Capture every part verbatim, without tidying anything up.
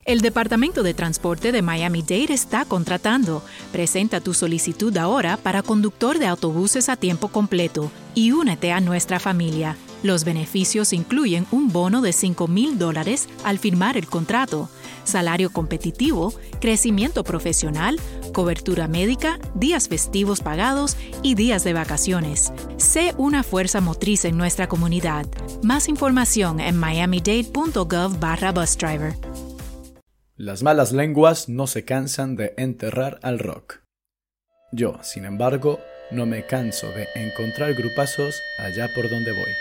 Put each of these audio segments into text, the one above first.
El Departamento de Transporte de Miami-Dade está contratando. Presenta tu solicitud ahora para conductor de autobuses a tiempo completo y únete a nuestra familia. Los beneficios incluyen un bono de cinco mil dólares al firmar el contrato, salario competitivo, crecimiento profesional, cobertura médica, días festivos pagados y días de vacaciones. Sé una fuerza motriz en nuestra comunidad. Más información en miamidade.gov barra busdriver. Las malas lenguas no se cansan de enterrar al rock. Yo, sin embargo, no me canso de encontrar grupazos allá por donde voy.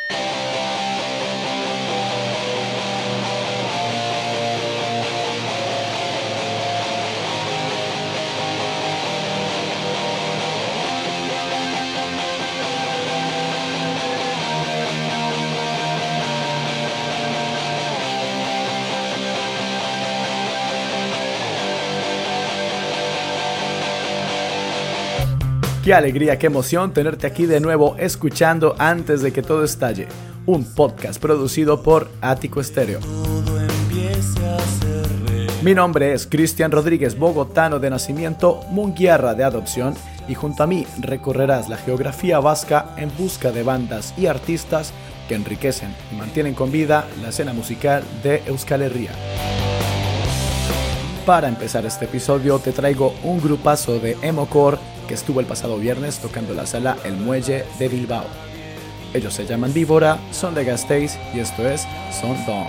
Qué alegría, qué emoción tenerte aquí de nuevo escuchando Antes de que todo estalle, un podcast producido por Ático Estéreo. Mi nombre es Cristian Rodríguez, bogotano de nacimiento, munguiarra de adopción, y junto a mí recorrerás la geografía vasca en busca de bandas y artistas que enriquecen y mantienen con vida la escena musical de Euskal Herria. Para empezar este episodio te traigo un grupazo de emocore que estuvo el pasado viernes tocando la sala El Muelle de Bilbao. Ellos se llaman Víbora, son de Gasteiz y esto es Son Don.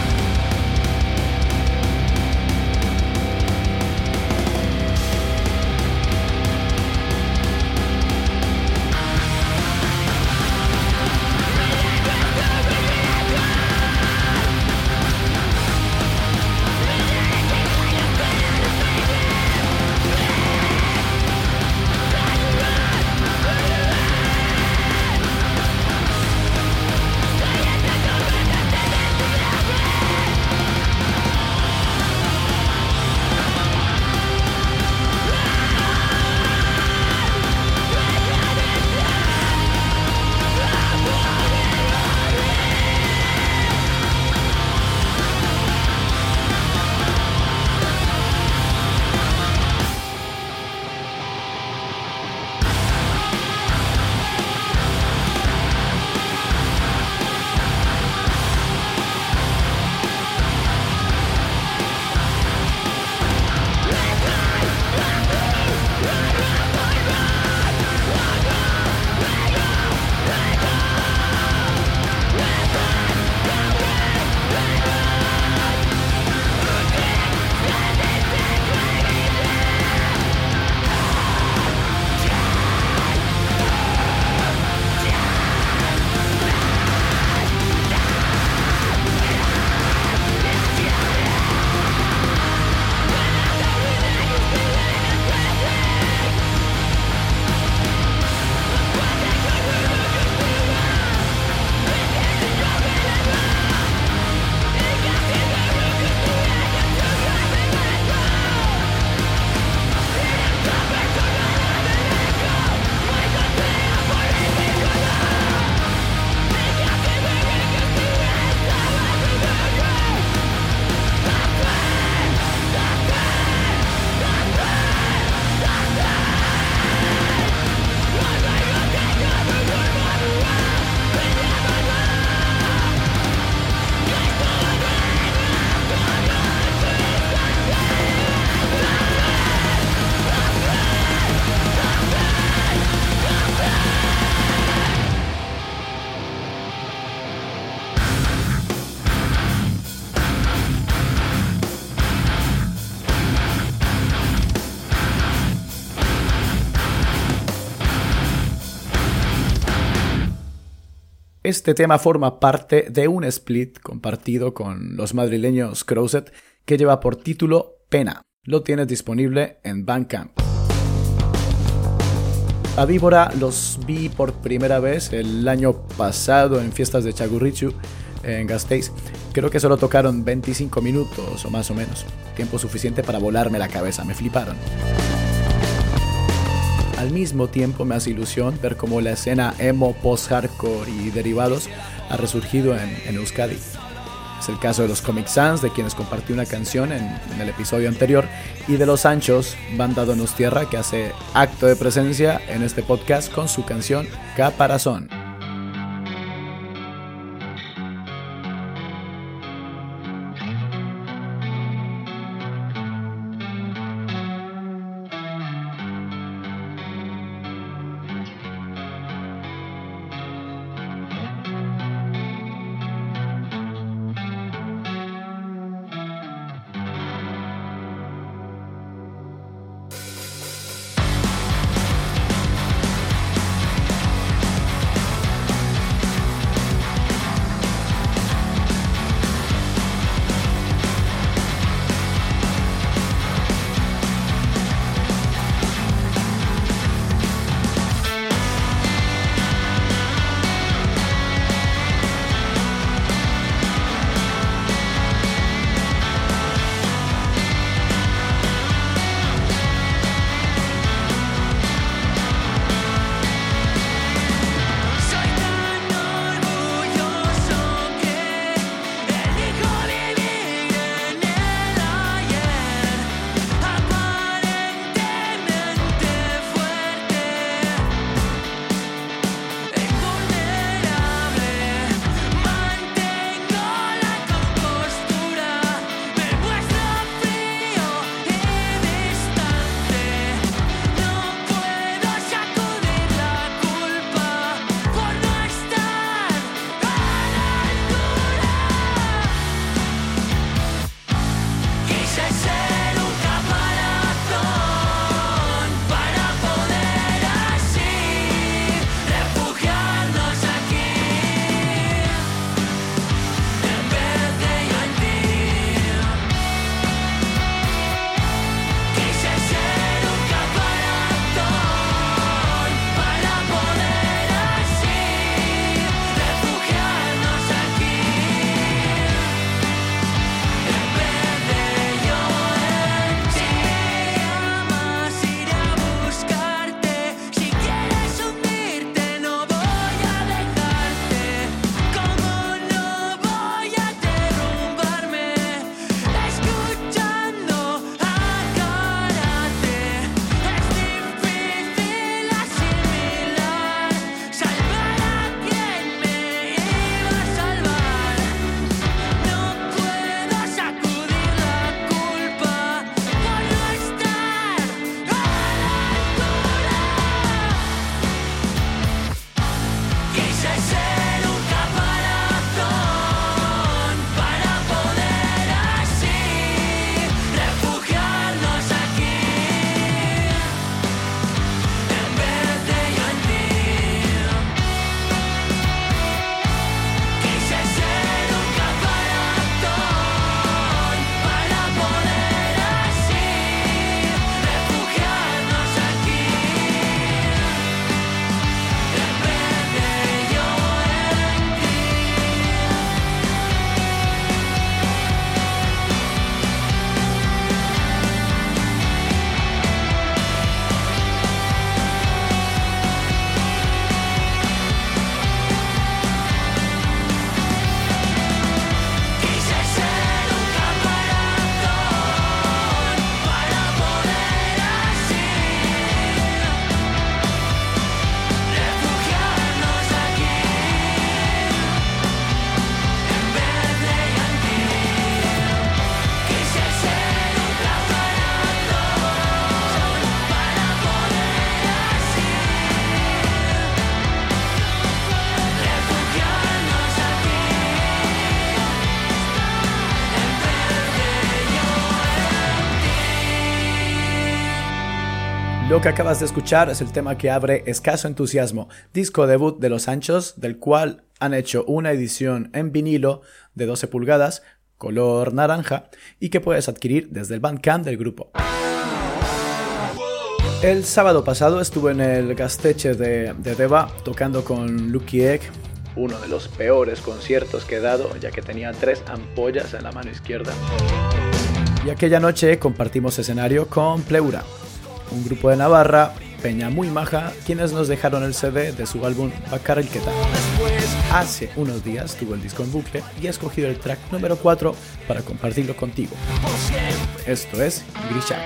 Este tema forma parte de un split compartido con los madrileños Crowset que lleva por título Pena. Lo tienes disponible en Bandcamp. A Víbora los vi por primera vez el año pasado en fiestas de Txagorritxu en Gasteiz. Creo que solo tocaron veinticinco minutos o más o menos. Tiempo suficiente para volarme la cabeza, me fliparon. Al mismo tiempo me hace ilusión ver cómo la escena emo, post-hardcore y derivados ha resurgido en, en Euskadi. Es el caso de los Comic Sans, de quienes compartí una canción en, en el episodio anterior, y de Los Anchos, banda Donostierra, que hace acto de presencia en este podcast con su canción Caparazón. Lo que acabas de escuchar es el tema que abre Escaso Entusiasmo, disco debut de Los Anchos, del cual han hecho una edición en vinilo de doce pulgadas, color naranja, y que puedes adquirir desde el Bandcamp del grupo. El sábado pasado estuve en el Gasteche de, de Deva tocando con Lucky Egg, uno de los peores conciertos que he dado, ya que tenía tres ampollas en la mano izquierda. Y aquella noche compartimos escenario con Pleura, un grupo de Navarra, peña muy maja, quienes nos dejaron el C D de su álbum Bakar el Keta. Hace unos días tuvo el disco en bucle y he escogido el track número cuatro para compartirlo contigo. Esto es Grishak.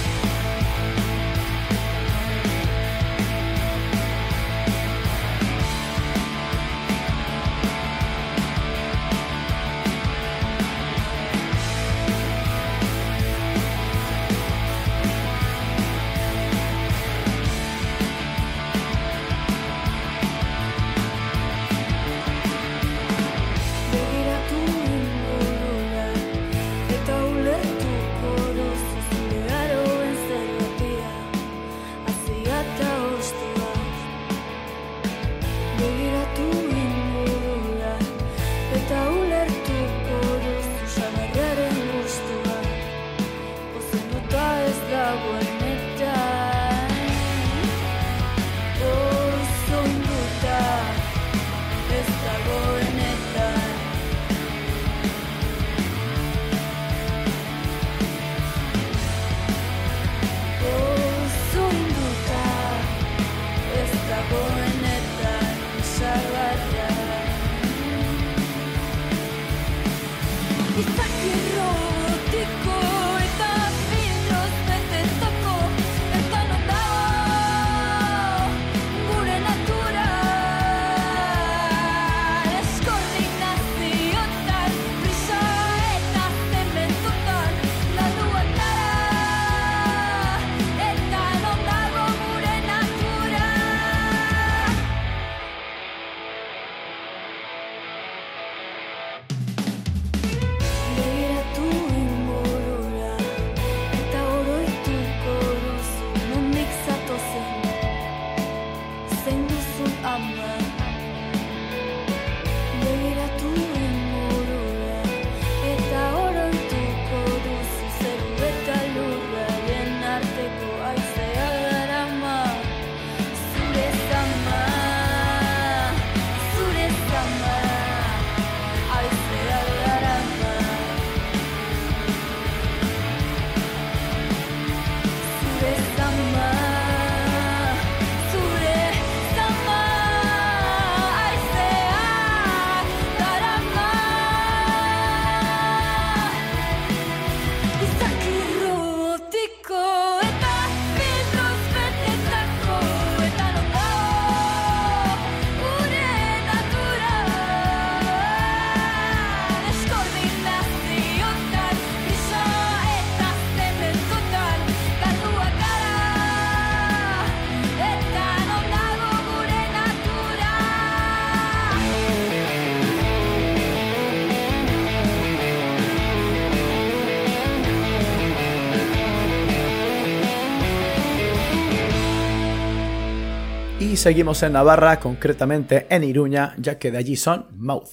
Y seguimos en Navarra, concretamente en Iruña, ya que de allí son Mouth.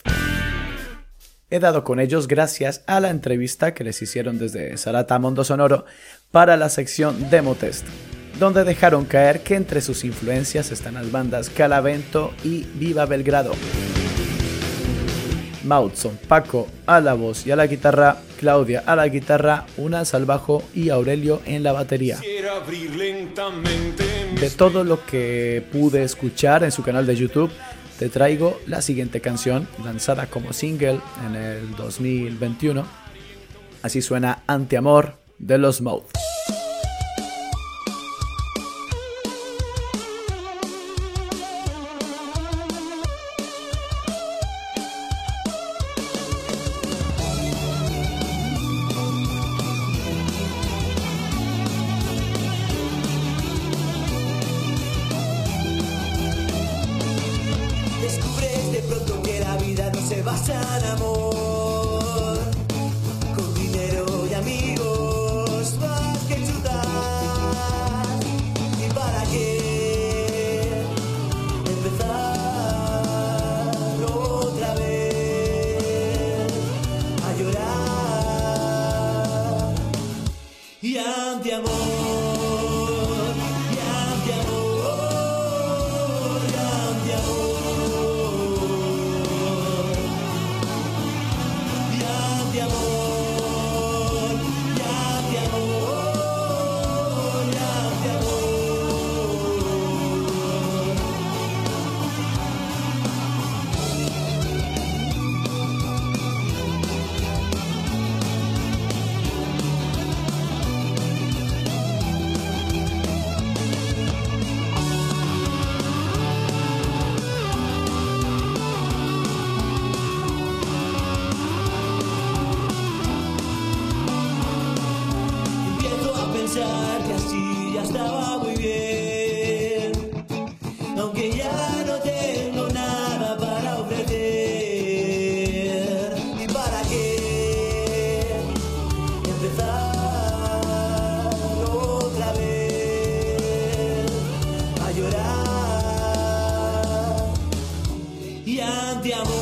He dado con ellos gracias a la entrevista que les hicieron desde Zarata a Mondo Sonoro para la sección Demo Test, donde dejaron caer que entre sus influencias están las bandas Calavento y Viva Belgrado. Mouth son Paco a la voz y a la guitarra, Claudia a la guitarra, Unas al bajo y Aurelio en la batería. De todo lo que pude escuchar en su canal de YouTube, te traigo la siguiente canción, lanzada como single en el dos mil veintiuno. Así suena Antiamor de los Mouth. pensar que así ya estaba muy bien, aunque ya no tengo nada para ofrecer. ¿Y para qué empezar otra vez a llorar? Y ante amor,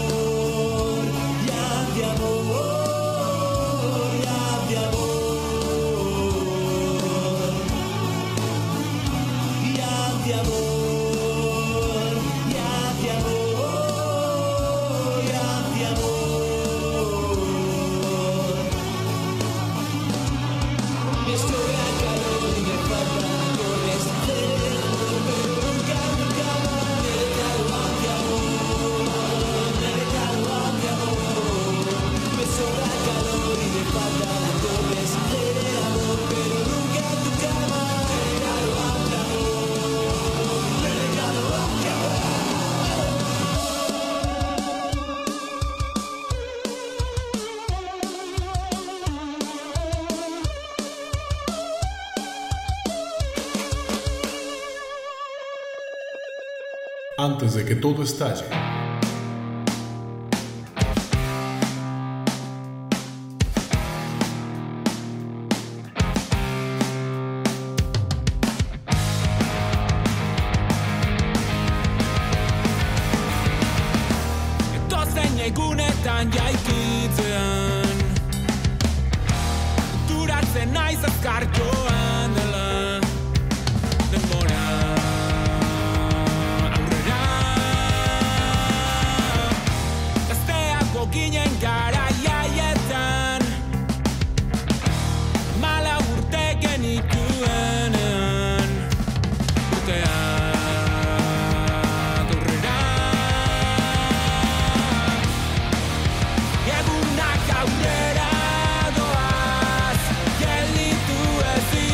y ante amor, y ante amor, y ante amor, y ante amor, y ante amor. Me sobra el calor y me faltan goles de amor, pero nunca, nunca más me declaro ante amor, me declaro ante amor. Me sobra el calor y me faltan goles de amor, pero nunca, nunca más me declaro ante amor, me declaro ante amor. Antes de que todo estalle. Edozein egunetan jaikitzen, duratzen naiz azkarkoan dela denbora aurrera. Gazteako ginen garaiaietan, mala urte genituenean, urteak aurrera. Egunak aurrera doaz, gelditu ezin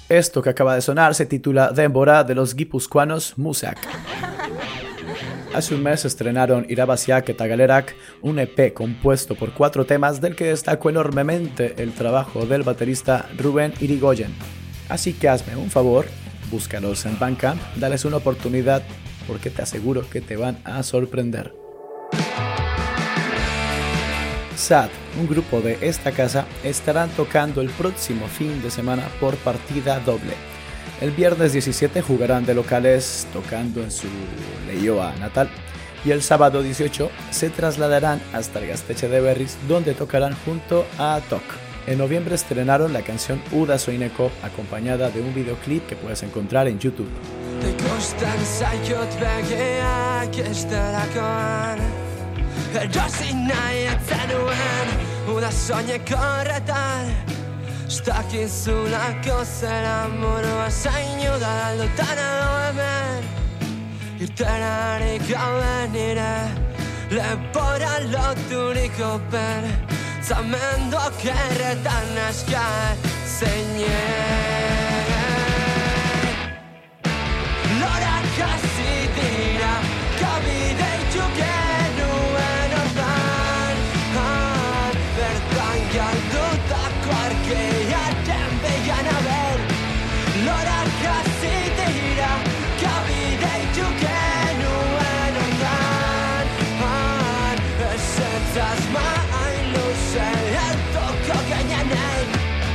Esto que acaba de sonar se titula Denbora de los guipuzcoanos Musak. Hace un mes estrenaron Irabaziak eta Galerak, un E P compuesto por cuatro temas del que destacó enormemente el trabajo del baterista Rubén Irigoyen. Así que hazme un favor, búscalos en Bandcamp, dales una oportunidad porque te aseguro que te van a sorprender. Sad, un grupo de esta casa, estarán tocando el próximo fin de semana por partida doble. El viernes diecisiete jugarán de locales tocando en su Leioa natal y el sábado dieciocho se trasladarán hasta el Gaztetxe de Berriz, donde tocarán junto a Tok. En noviembre estrenaron la canción Uda Soineko, acompañada de un videoclip que puedes encontrar en YouTube. Ikusten zaitut begiak esterakoan Erosi nahi etzenuen Uda soineko horretan Stakizulako zera morua zainu da aldotan edo hemen Irtenarik gauen nire Lepora loturiko pen Zamendoak erretan askar zeinen Lorak hasi dira Kabide itxu genuen ordan Han bertan galdutako arkearen began aber Lorak hasi dira Kabide itxu genuen ordan Han esetzaz main luze Eltoko gainanen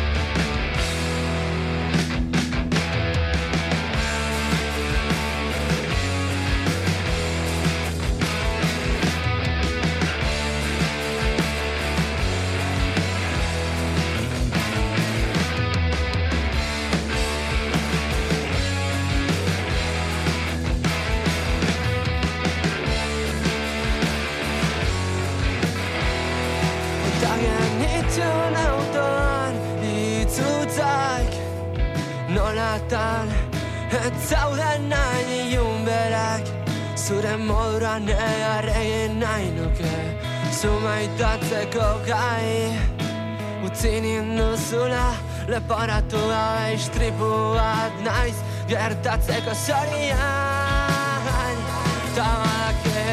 Itxun autoan itzutzak nolatan ez zauden nahi ilun berak Zure moduran egarregin nahi nuke Zumaitatzeko gai Utzi ninduzula leporatu gabe istripu bat naiz Gertatzeko zorian Tabake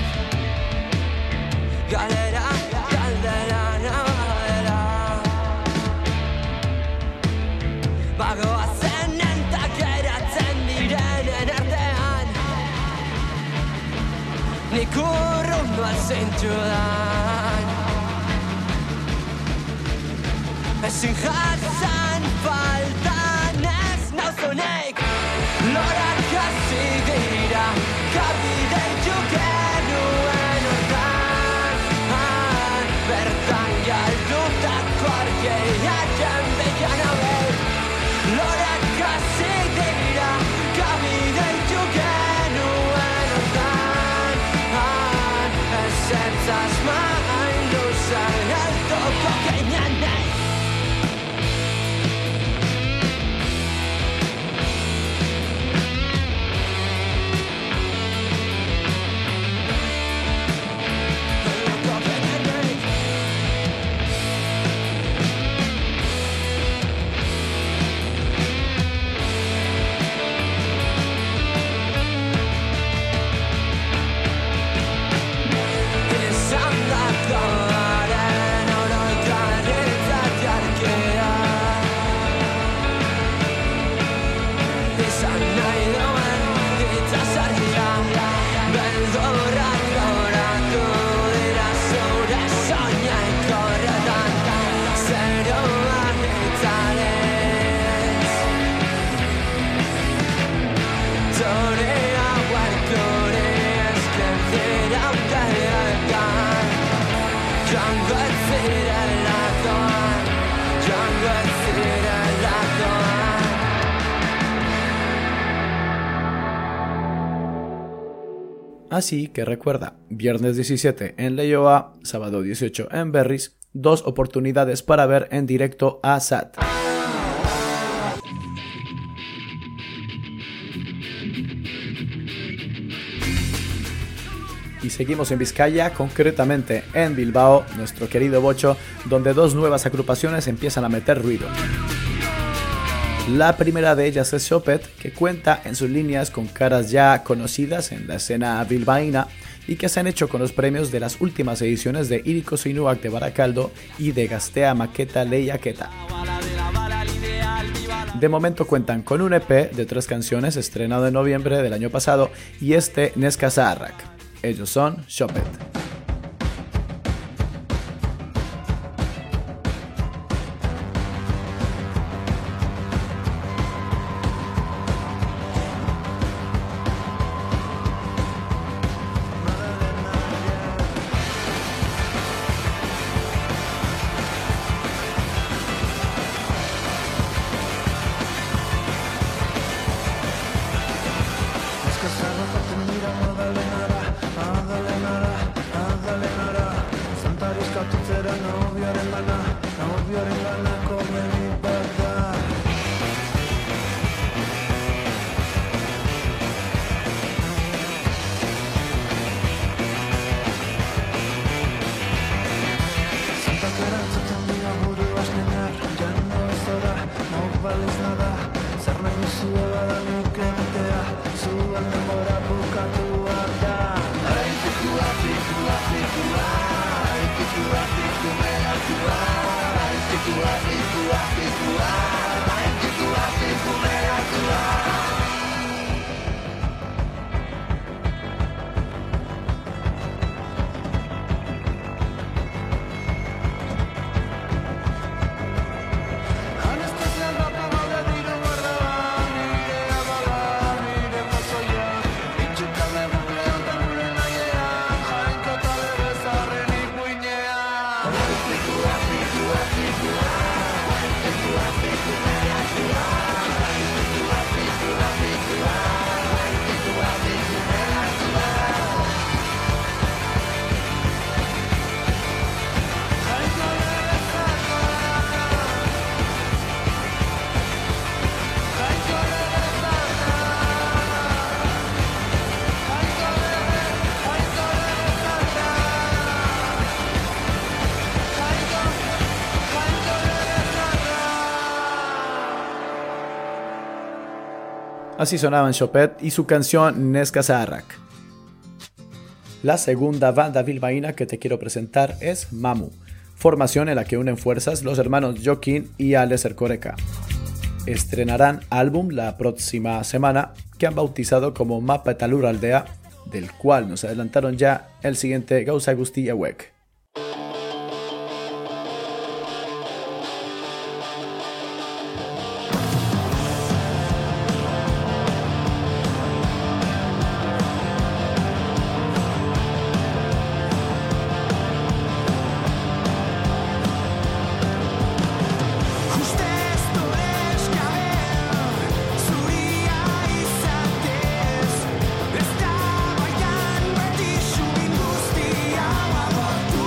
Galera, galdera Bagoa zenen ta geratzen direnen artean Nik urrundu alzintxudan Ezin jatzan faltan ez nauzunik Lorak hasi dira Kabide itxu genuen ordan Han bertan galdutako arkearen began aber Lorak hasi dira Kabide itxu genuen ordan Han esetzaz main luzen Eltoko gainanen Así que recuerda, viernes diecisiete en Leioa, sábado dieciocho en Berriz, dos oportunidades para ver en directo a Sad. Y seguimos en Vizcaya, concretamente en Bilbao, nuestro querido Bocho, donde dos nuevas agrupaciones empiezan a meter ruido. La primera de ellas es Chopet, que cuenta en sus líneas con caras ya conocidas en la escena bilbaína y que se han hecho con los premios de las últimas ediciones de Iriko Soinuak de Barakaldo y de Gaztea Maketa Lehiaketa. De momento cuentan con un E P de tres canciones estrenado en noviembre del año pasado y este Neska Zaharrak. Ellos son Chopet. Así sonaban Chopet y su canción Neska Zaharrak. La segunda banda bilbaína que te quiero presentar es Mamu, formación en la que unen fuerzas los hermanos Jokin y Alex Erkoreka. Estrenarán álbum la próxima semana que han bautizado como Mapa eta Lurraldea, del cual nos adelantaron ya el siguiente Gauza Guzti Hauek. Eztabaidan beti sumin guztia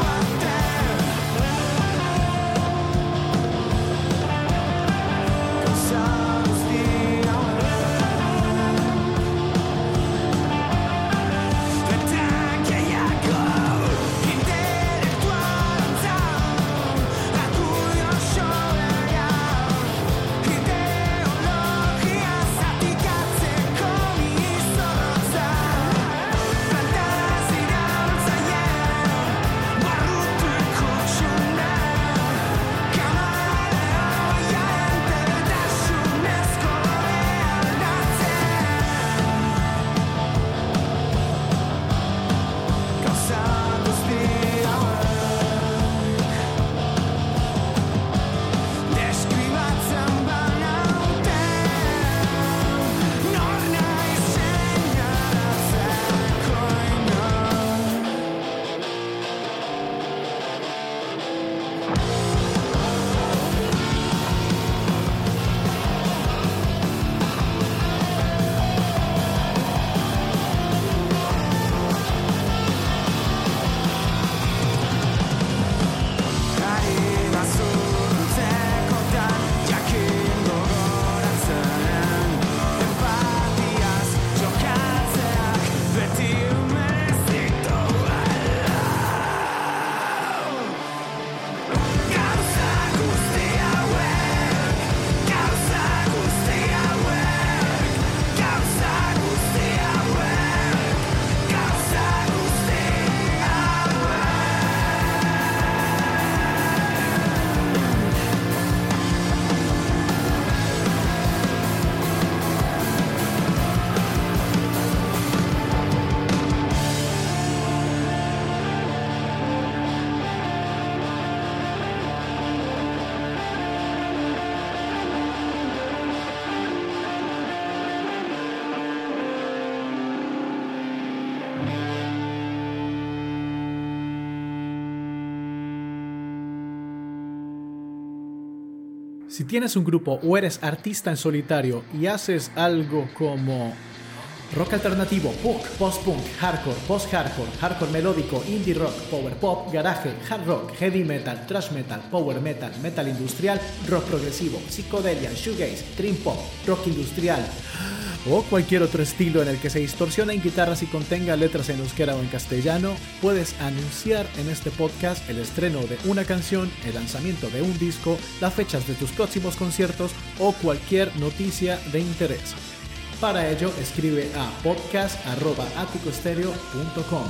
Si tienes un grupo o eres artista en solitario y haces algo como rock alternativo, punk, post-punk, hardcore, post-hardcore, hardcore melódico, indie rock, power pop, garage, hard rock, heavy metal, thrash metal, power metal, metal industrial, rock progresivo, psicodelia, shoegaze, dream pop, rock industrial o cualquier otro estilo en el que se distorsionen guitarras y contenga letras en euskera o en castellano, puedes anunciar en este podcast el estreno de una canción, el lanzamiento de un disco, las fechas de tus próximos conciertos o cualquier noticia de interés. Para ello, escribe a podcast arroba aticoestereo punto com.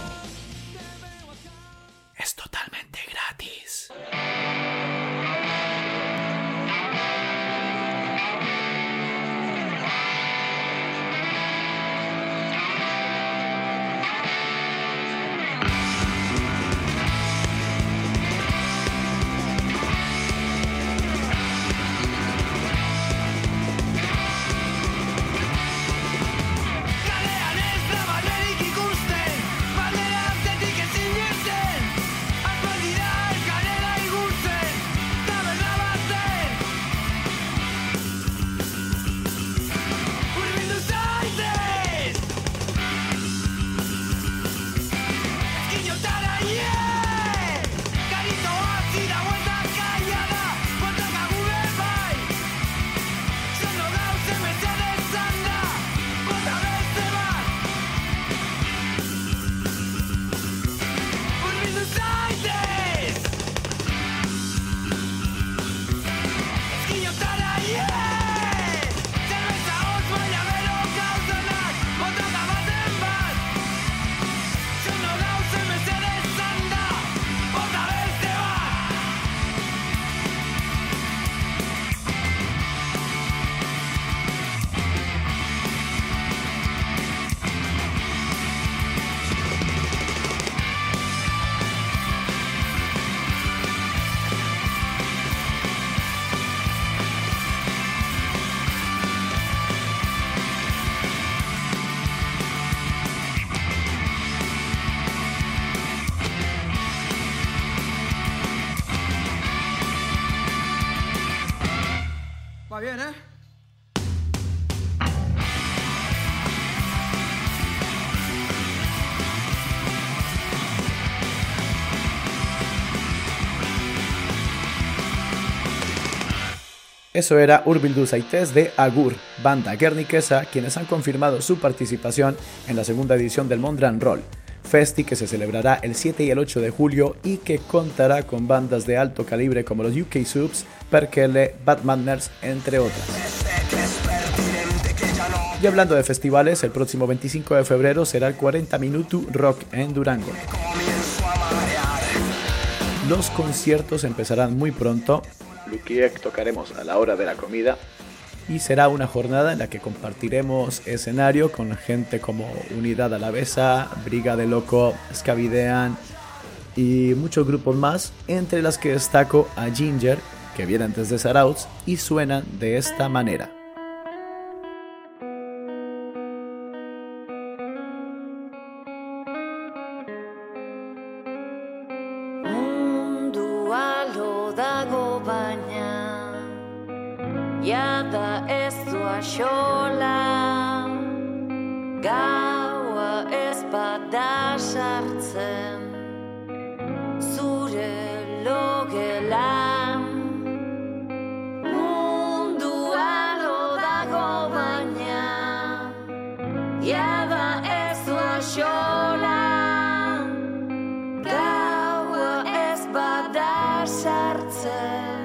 Es totalmente gratis. Va bien, ¿eh? Eso era Urbildu Zaitez de Agur, banda guerniquesa, quienes han confirmado su participación en la segunda edición del Mondrian Roll, festi que se celebrará el siete y el ocho de julio y que contará con bandas de alto calibre como los U K Subs, Perkele, Bad Manners, entre otras. Y hablando de festivales, el próximo veinticinco de febrero será el cuarenta Minutu Rock en Durango. Los conciertos empezarán muy pronto. Lukiek tocaremos a la hora de la comida y será una jornada en la que compartiremos escenario con gente como Unidad Alavesa, Briga de Loco, Scavidean y muchos grupos más, entre las que destaco a Ginger, que vienen desde Zarautz y suenan de esta manera. Jada ez du axola, gaua ez bada sartzen, zure logelan. Mundua lo dago baina, jada ez du axola, gaua ez bada sartzen.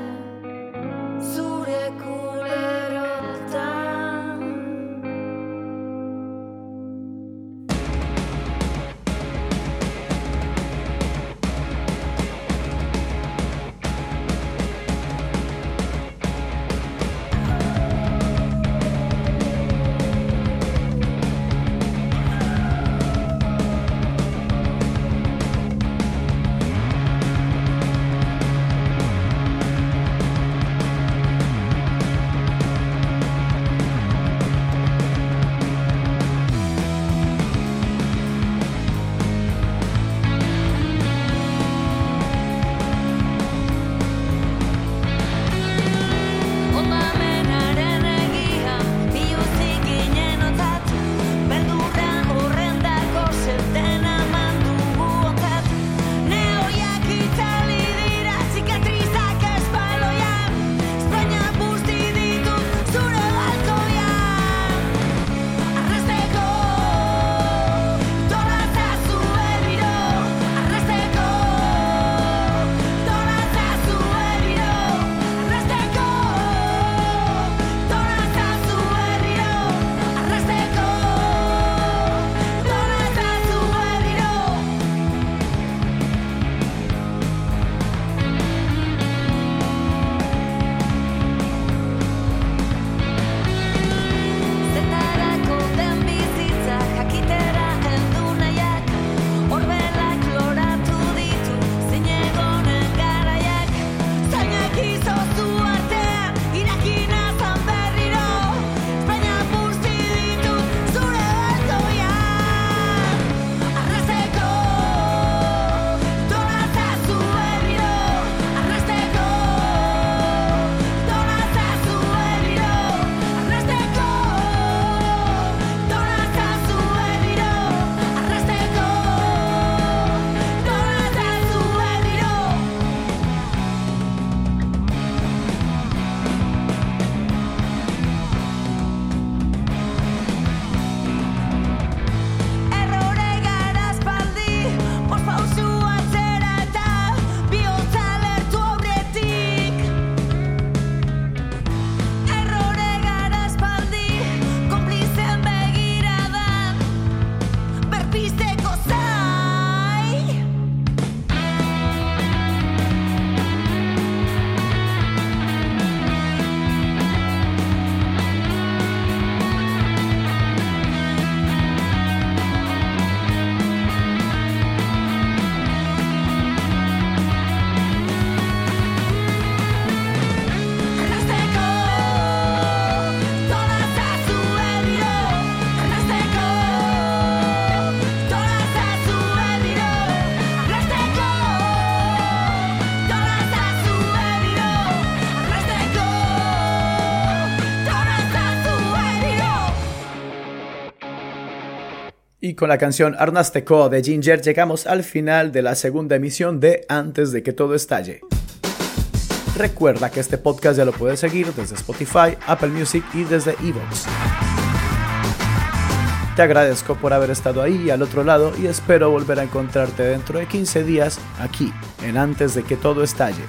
Y con la canción Arnasteco de Ginger llegamos al final de la segunda emisión de Antes de que todo estalle. Recuerda que este podcast ya lo puedes seguir desde Spotify, Apple Music y desde iVoox. Te agradezco por haber estado ahí al otro lado y espero volver a encontrarte dentro de quince días aquí en Antes de que todo estalle.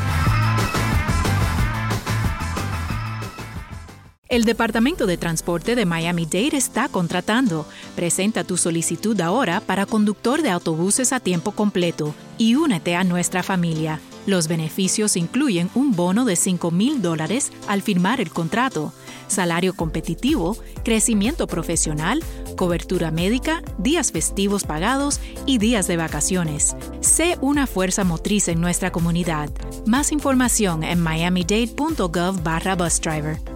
El Departamento de Transporte de Miami-Dade está contratando. Presenta tu solicitud ahora para conductor de autobuses a tiempo completo y únete a nuestra familia. Los beneficios incluyen un bono de cinco mil dólares al firmar el contrato, salario competitivo, crecimiento profesional, cobertura médica, días festivos pagados y días de vacaciones. Sé una fuerza motriz en nuestra comunidad. Más información en miami dade punto gov barra busdriver.